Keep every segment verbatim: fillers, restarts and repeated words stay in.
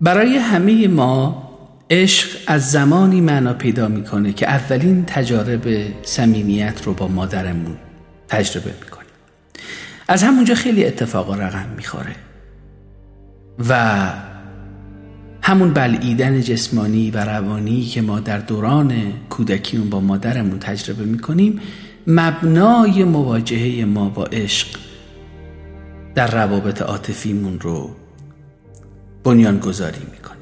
برای همه ما عشق از زمانی معنا پیدا میکنه که اولین تجارب صمیمیت رو با مادرمون تجربه میکنیم. از همونجا خیلی اتفاقا رقم میخوره و همون بلعیدن جسمانی و روانی که ما در دوران کودکیمون با مادرمون تجربه میکنیم مبنای مواجهه ما با عشق در روابط عاطفیمون رو بنیان گذاری میکنه.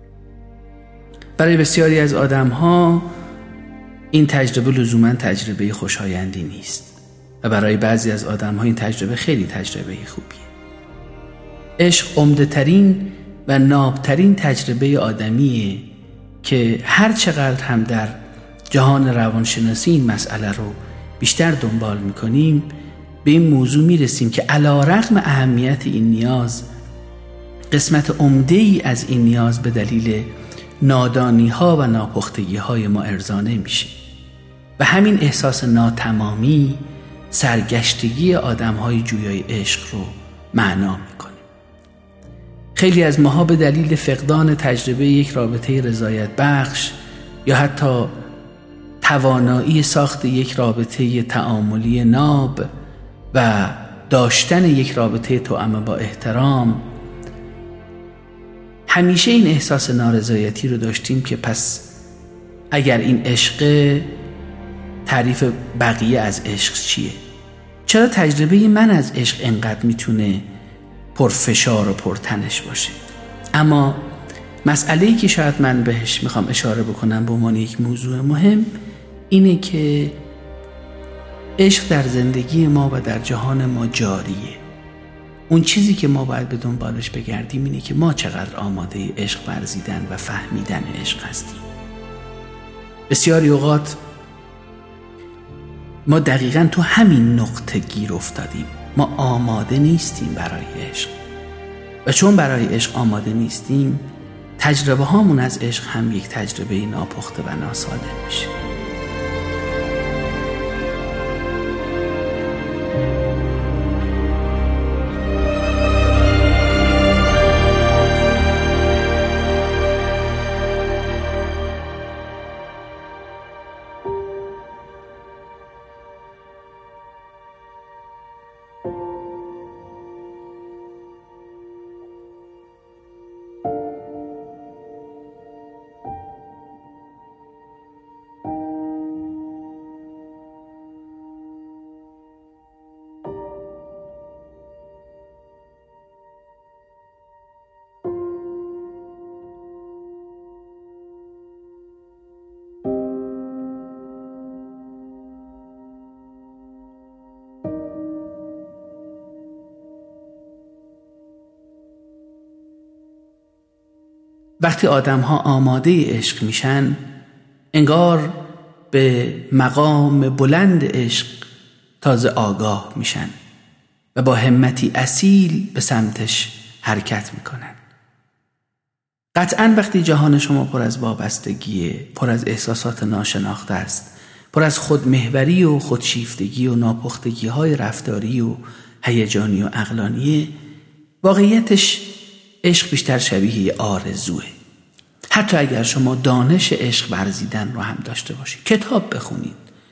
برای بسیاری از آدم ها این تجربه لزوما تجربه خوشایندی نیست و برای بعضی از آدم ها این تجربه خیلی تجربه خوبیه. عشق عمده ترین و نابترین تجربه آدمیه که هر چقدر هم در جهان روانشناسی این مسئله رو بیشتر دنبال میکنیم به این موضوع میرسیم که علیرغم اهمیت این نیاز، قسمت عمده ای از این نیاز به دلیل نادانی ها و ناپختگی های ما ارضا نمیشه و همین احساس ناتمامی سرگشتگی آدم های جویای عشق رو معنا میکنه. خیلی از ماها به دلیل فقدان تجربه یک رابطه رضایت بخش یا حتی توانایی ساخت یک رابطه تعاملی ناب و داشتن یک رابطه توأم با احترام همیشه این احساس نارضایتی رو داشتیم که پس اگر این عشق، تعریف بقیه از عشق چیه؟ چرا تجربه من از عشق انقدر میتونه پرفشار و پرتنش باشه؟ اما مسئله‌ای که شاید من بهش میخوام اشاره بکنم به عنوان یک موضوع مهم اینه که عشق در زندگی ما و در جهان ما جاریه. اون چیزی که ما باید به دنبالش بگردیم اینه که ما چقدر آماده عشق ورزیدن و فهمیدن عشق هستیم. بسیاری اوقات ما دقیقاً تو همین نقطه گیر افتادیم. ما آماده نیستیم برای عشق و چون برای عشق آماده نیستیم تجربه هامون از عشق هم یک تجربه ناپخته و ناسالم میشه. وقتی آدم ها آماده عشق میشن انگار به مقام بلند عشق تازه آگاه میشن و با همتی اصیل به سمتش حرکت میکنن. قطعاً وقتی جهان شما پر از وابستگیه، پر از احساسات ناشناخته است، پر از خودمحوری و خودشیفتگی و ناپختگی های رفتاری و هیجانی و عقلانیه، واقعیتش عشق بیشتر شبیه آرزوه. حتی اگر شما دانش عشق ورزیدن رو هم داشته باشید، کتاب بخونید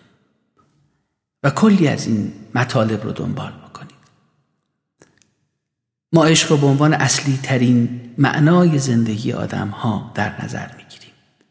و کلی از این مطالب رو دنبال بکنید، ما عشق رو به عنوان اصلی ترین معنای زندگی آدم ها در نظر میگیریم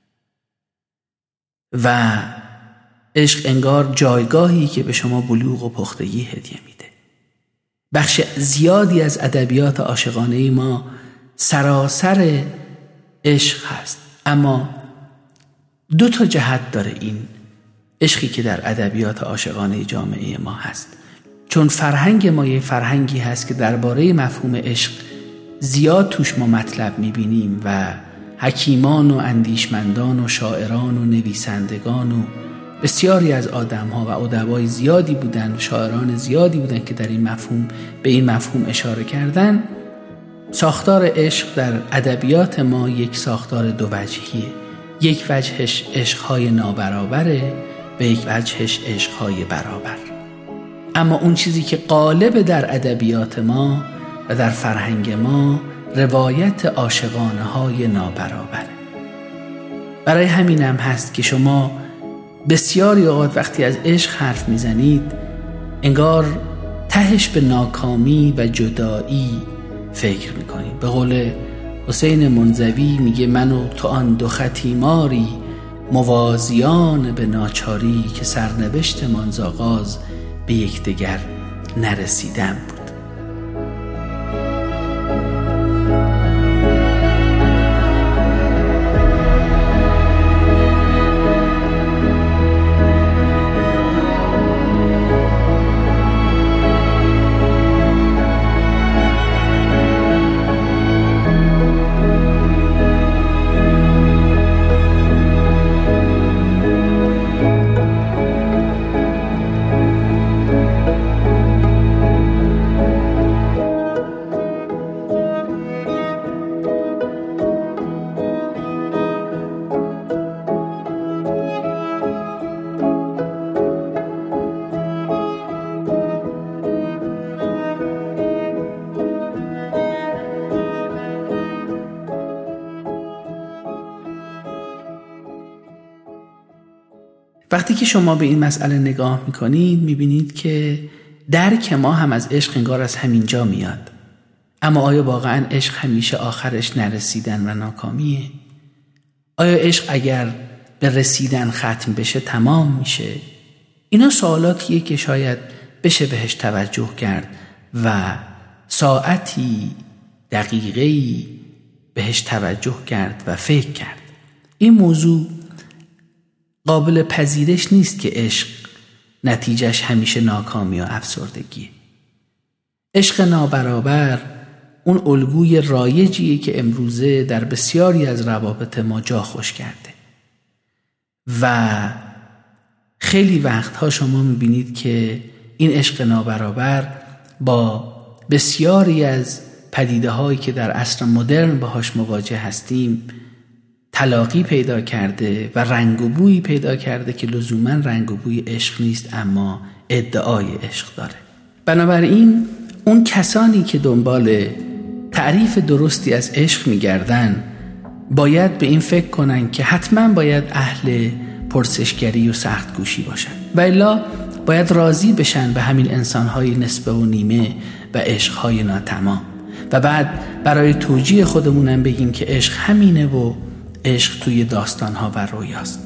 و عشق انگار جایگاهی که به شما بلوغ و پختگی هدیه میده. بخش زیادی از ادبیات عاشقانه ما سراسر عشق هست، اما دو تا جهت داره این عشقی که در ادبیات عاشقانه جامعه ما هست. چون فرهنگ ما یه فرهنگی هست که درباره مفهوم عشق زیاد توش ما مطلب میبینیم و حکیمان و اندیشمندان و شاعران و نویسندگان و بسیاری از آدم ها و ادبای زیادی بودن، شاعران زیادی بودن که در این مفهوم به این مفهوم اشاره کردن. ساختار عشق در ادبیات ما یک ساختار دو وجهیه. یک وجهش عشقهای نابرابره و یک وجهش عشقهای برابر. اما اون چیزی که غالب در ادبیات ما و در فرهنگ ما روایت عاشقانه های نابرابره. برای همین هم هست که شما بسیاری اوقات وقتی از عشق حرف میزنید انگار تهش به ناکامی و جدایی فکر میکنید. به قول حسین منزوی میگه من و تو آن دو ختیماری، موازیان به ناچاری، که سرنوشت من ز آغاز به یکدیگر نرسیدن بود. وقتی که شما به این مسئله نگاه میکنید میبینید که درک ما هم از عشق انگار از همین جا میاد. اما آیا واقعا عشق همیشه آخرش نرسیدن و ناکامیه؟ آیا عشق اگر به رسیدن ختم بشه تمام میشه؟ اینا سوالاتیه که شاید بشه بهش توجه کرد و ساعتی دقیقه‌ای بهش توجه کرد و فکر کرد. این موضوع قابل پذیرش نیست که عشق نتیجهش همیشه ناکامی و افسردگیه. عشق نابرابر اون الگوی رایجیه که امروزه در بسیاری از روابط ما جا خوش کرده و خیلی وقتها شما میبینید که این عشق نابرابر با بسیاری از پدیده هایی که در عصر مدرن باهاش مواجه هستیم تلاقی پیدا کرده و رنگ و بویی پیدا کرده که لزوما رنگ و بوی عشق نیست اما ادعای عشق داره. بنابراین اون کسانی که دنبال تعریف درستی از عشق میگردن باید به این فکر کنن که حتما باید اهل پرسشگری و سخت گوشی باشن و الا باید راضی بشن به همین انسانهای نصفه و نیمه و عشقهای ناتمام و بعد برای توجیه خودمونم بگیم که عشق همینه و عشق توی داستانها و رویاست.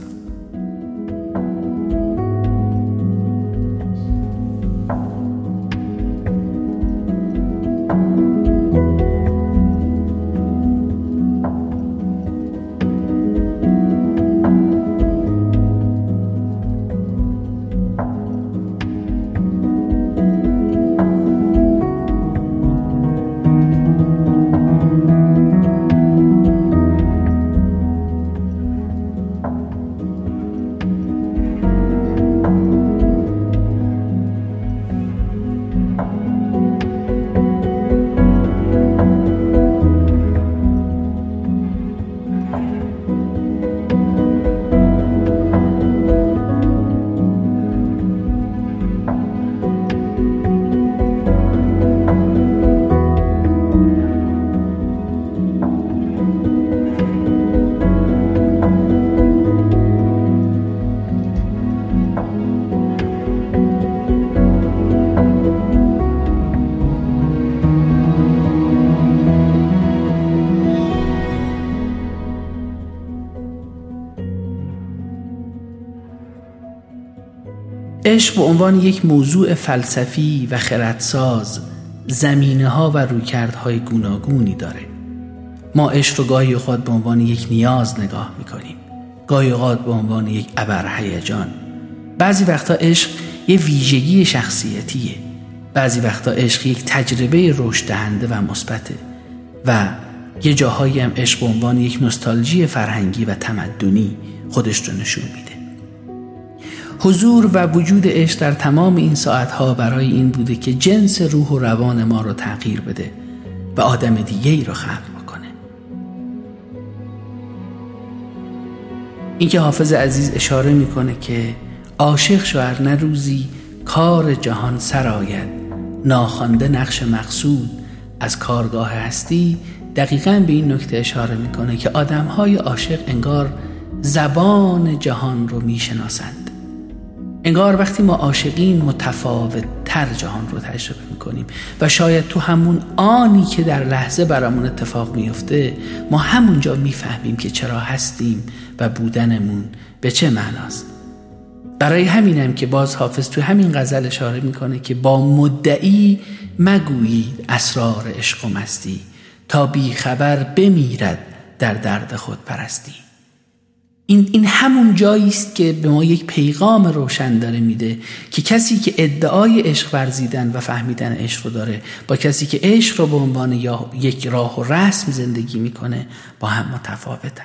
عشق به عنوان یک موضوع فلسفی و خردساز زمینه ها و رویکردهای گوناگونی داره. ما عشق رو گاهی اوقات به عنوان یک نیاز نگاه میکنیم، گاهی اوقات به عنوان یک ابرهیجان. بعضی وقتا عشق یه ویژگی شخصیتیه، بعضی وقتا عشق یک تجربه رشد دهنده و مثبته و یه جاهایی هم عشق به عنوان یک نوستالژی فرهنگی و تمدنی خودش رو نشون میده. حضور و وجود عشق در تمام این ساعتها برای این بوده که جنس روح و روان ما رو تغییر بده و آدم دیگه ای رو خلق بکنه. این که حافظ عزیز اشاره میکنه که عاشق شو ار نه روزی کار جهان سر آید، ناخوانده نقش مقصود از کارگاه هستی دقیقاً به این نکته اشاره میکنه که آدمهای عاشق انگار زبان جهان رو میشناسند. انگار وقتی ما عاشقیم متفاوت تر جهان رو تجربه میکنیم و شاید تو همون آنی که در لحظه برامون اتفاق میفته ما همونجا میفهمیم که چرا هستیم و بودنمون به چه معناست. برای همینم که باز حافظ تو همین غزل اشاره میکنه که با مدعی مگویید اسرار عشق و مستی، تا بی خبر بمیرد در درد خود پرستی. این این همون جایی است که به ما یک پیغام روشن داره میده که کسی که ادعای عشق ورزیدن و فهمیدن عشق رو داره با کسی که عشق رو به عنوان یا یک راه و رسم زندگی میکنه با هم متفاوتن.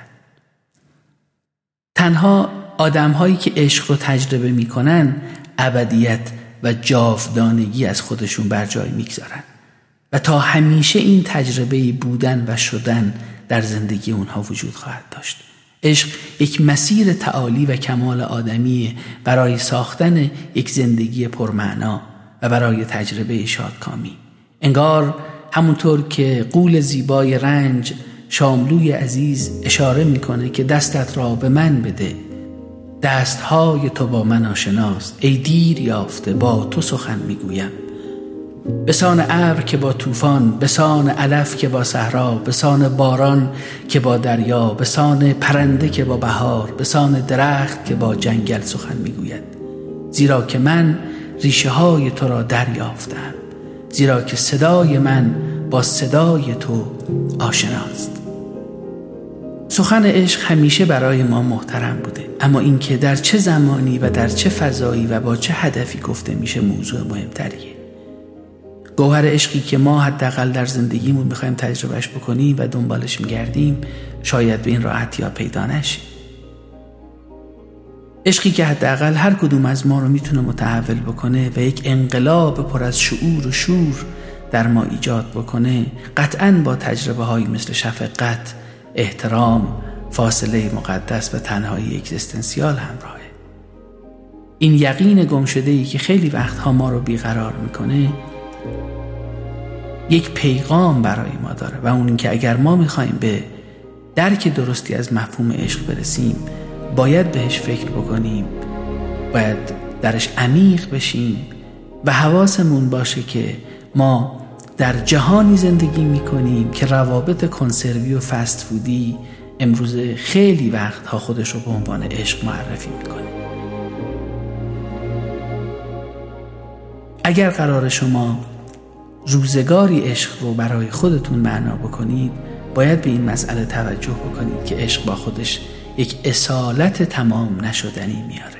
تنها آدم‌هایی که عشق رو تجربه میکنن ابدیت و جاودانگی از خودشون بر جای میگذارن و تا همیشه این تجربه بودن و شدن در زندگی اونها وجود خواهد داشت. عشق یک مسیر تعالی و کمال آدمی برای ساختن یک زندگی پرمعنا و برای تجربه شادکامی. انگار همونطور که قول زیبای رنج شاملوی عزیز اشاره میکنه که دستت را به من بده، دستهای تو با من آشناست، ای دیر یافته با تو سخن میگویم. بسان ابر که با طوفان، بسان علف که با صحرا، بسان باران که با دریا، بسان پرنده که با بهار، بسان درخت که با جنگل سخن میگوید. زیرا که من ریشه های تو را دریافتم، زیرا که صدای من با صدای تو آشناست. سخن عشق همیشه برای ما محترم بوده، اما اینکه در چه زمانی و در چه فضایی و با چه هدفی گفته میشه موضوع مهمتریه. گوهر عشقی که ما حداقل در زندگیمون میخوایم تجربهش بکنیم و دنبالش میگردیم شاید به این راحتی ها پیدا نشه. عشقی که حداقل هر کدوم از ما رو میتونه متحول بکنه و یک انقلاب پر از شعور و شور در ما ایجاد بکنه، قطعاً با تجربه هایی مثل شفقت، احترام، فاصله مقدس و تنهایی اگزیستانسیال همراهه. این یقین گمشده‌ای که خیلی وقتها ما رو بیقرار میکنه یک پیغام برای ما داره و اون این که اگر ما میخوایم به درک درستی از مفهوم عشق برسیم باید بهش فکر بکنیم، باید درش عمیق بشیم و حواسمون باشه که ما در جهانی زندگی میکنیم که روابط کنسروی و فست فودی امروز خیلی وقتها خودش رو به عنوان عشق معرفی میکنه. اگر قرار شما روزگاری عشق رو برای خودتون معنا بکنید باید به این مسئله توجه بکنید که عشق با خودش یک اصالت تمام نشدنی میاره.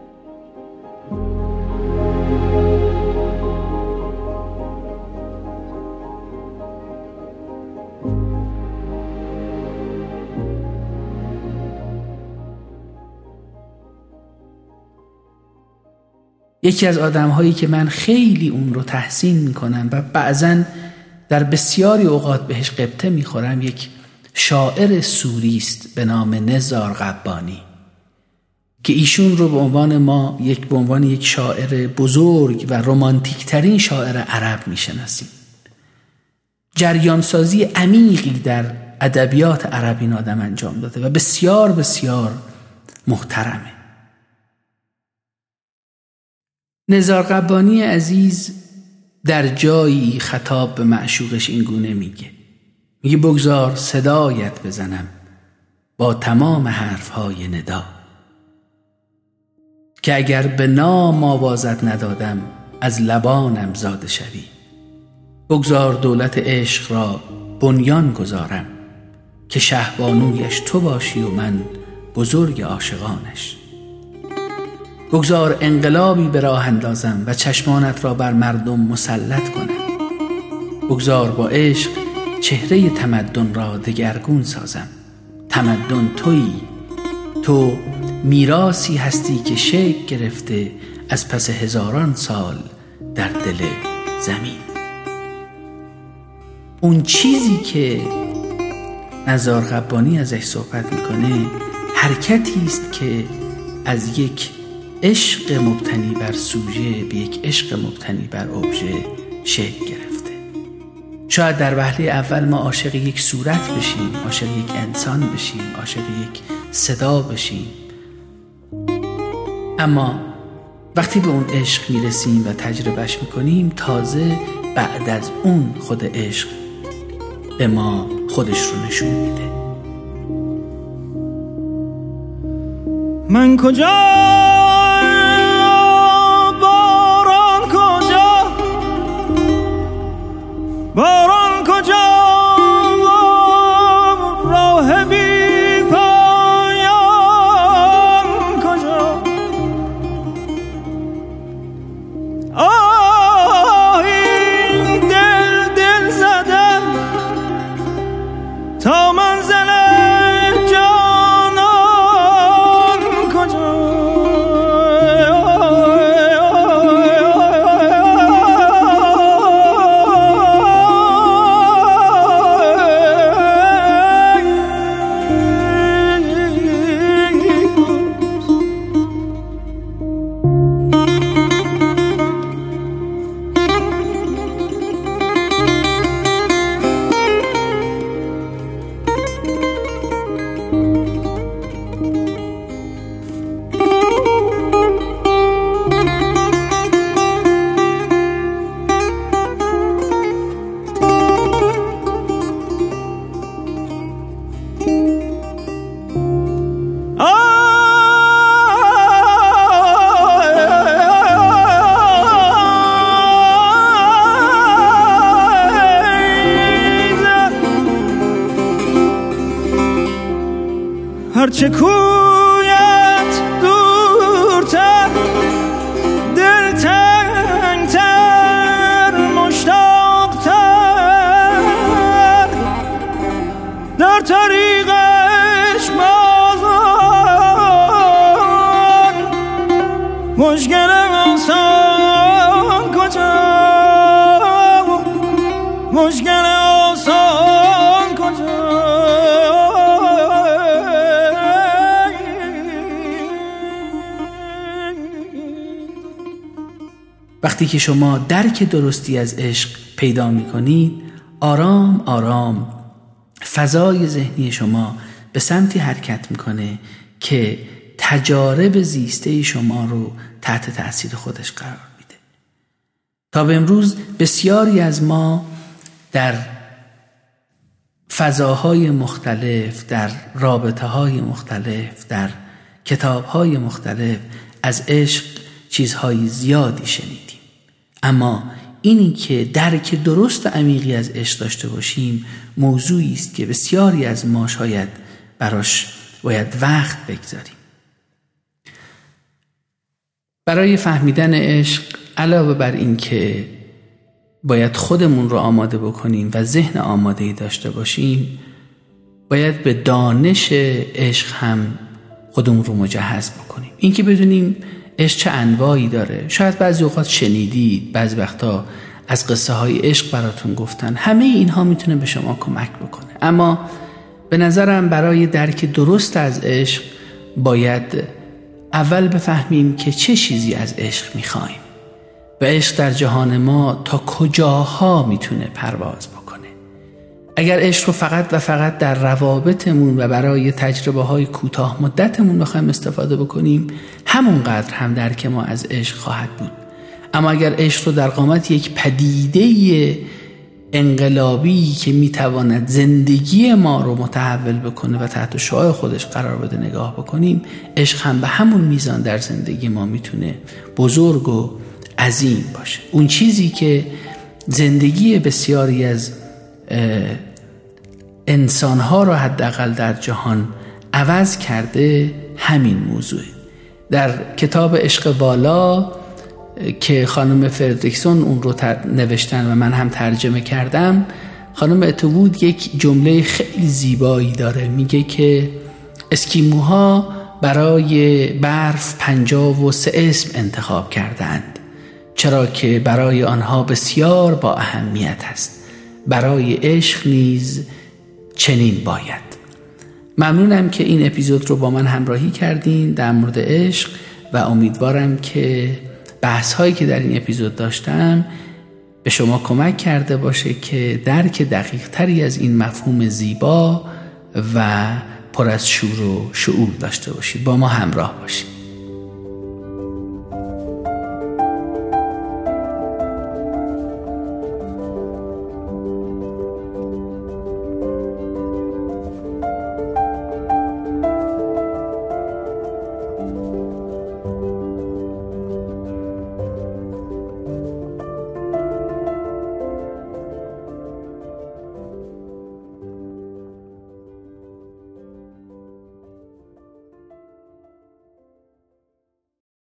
یکی از آدم‌هایی که من خیلی اون رو تحسین میکنم و بعضن در بسیاری اوقات بهش غبطه میخورم یک شاعر سوری است به نام نزار قبانی که ایشون رو به عنوان ما یک به عنوان یک شاعر بزرگ و رمانتیک ترین شاعر عرب میشناسیم. جریانسازی عمیقی در ادبیات عرب این آدم انجام داده و بسیار بسیار محترمه. نزار قبانی عزیز در جایی خطاب به معشوقش این گونه میگه میگه بگذار صدایت بزنم با تمام حرفهای ندا، که اگر به نام آوازت ندادم از لبانم زاده شوی. بگذار دولت عشق را بنیان گذارم، که شهبانویش تو باشی و من بزرگ عاشقانش. بگذار انقلابی به راه اندازم و چشمانت را بر مردم مسلط کنم. بگذار با عشق چهره تمدن را دگرگون سازم. تمدن تویی، تو میراثی هستی که شکل گرفته از پس هزاران سال در دل زمین. اون چیزی که نزار قبانی ازش صحبت میکنه حرکتی است که از یک عشق مبتنی بر سوژه به یک عشق مبتنی بر ابژه شکل گرفته. شاید در وهله اول ما عاشق یک صورت بشیم، عاشق یک انسان بشیم، عاشق یک صدا بشیم، اما وقتی به اون عشق میرسیم و تجربهش میکنیم، تازه بعد از اون خود عشق به ما خودش رو نشون میده. من کجا باران کجا باران کجا راه بی پایان کجا آه این دل دل زدم تا منزل هرچه کویت دورتر دلتنگتر مشتاقتر در طریق عشق بازان مشکل آسان کجا مشکل آسان کجا وقتی که شما درک درستی از عشق پیدا می کنید، آرام آرام فضای ذهنی شما به سمتی حرکت میکنه که تجارب زیسته شما رو تحت تأثیر خودش قرار میده. تا به امروز بسیاری از ما در فضاهای مختلف، در رابطه‌های مختلف، در کتاب‌های مختلف از عشق چیزهای زیادی شنیدیم، اما اینی که درک درست و عمیقی از عشق داشته باشیم موضوعی است که بسیاری از ما شاید براش باید وقت بگذاریم. برای فهمیدن عشق علاوه بر این که باید خودمون رو آماده بکنیم و ذهن آماده‌ای داشته باشیم، باید به دانش عشق هم خودمون رو مجهز بکنیم. این که بدونیم عشق چه انواعی داره. شاید بعضی اوقات شنیدید، بعضی وقتا از قصه های عشق براتون گفتن. همه اینها میتونه به شما کمک بکنه، اما به نظرم برای درک درست از عشق باید اول بفهمیم که چه چیزی از عشق میخوایم و عشق در جهان ما تا کجاها میتونه پرواز بکنه. اگر عشق رو فقط و فقط در روابطمون و برای تجربه های کوتاه مدتمون بخوایم استفاده بکنیم، همونقدر هم درک ما از عشق خواهد بود. اما اگر عشق رو در قامت یک پدیده انقلابی که میتواند زندگی ما رو متحول بکنه و تحت شعاع خودش قرار بده نگاه بکنیم، عشق هم به همون میزان در زندگی ما میتونه بزرگ و عظیم باشه. اون چیزی که زندگی بسیاری از انسانها رو حداقل در جهان عوض کرده همین موضوعه. در کتاب عشق بالا که خانم فردریکسون اون رو نوشتن و من هم ترجمه کردم، خانم اتوود یک جمله خیلی زیبایی داره. میگه که اسکیموها برای برف پنجاه و سه اسم انتخاب کردند، چرا که برای آنها بسیار با اهمیت است. برای عشق نیز چنین باید. ممنونم که این اپیزود رو با من همراهی کردین در مورد عشق و امیدوارم که بحث هایی که در این اپیزود داشتم به شما کمک کرده باشه که درک دقیق تری از این مفهوم زیبا و پر از شور و شعور داشته باشید. با ما همراه باشید.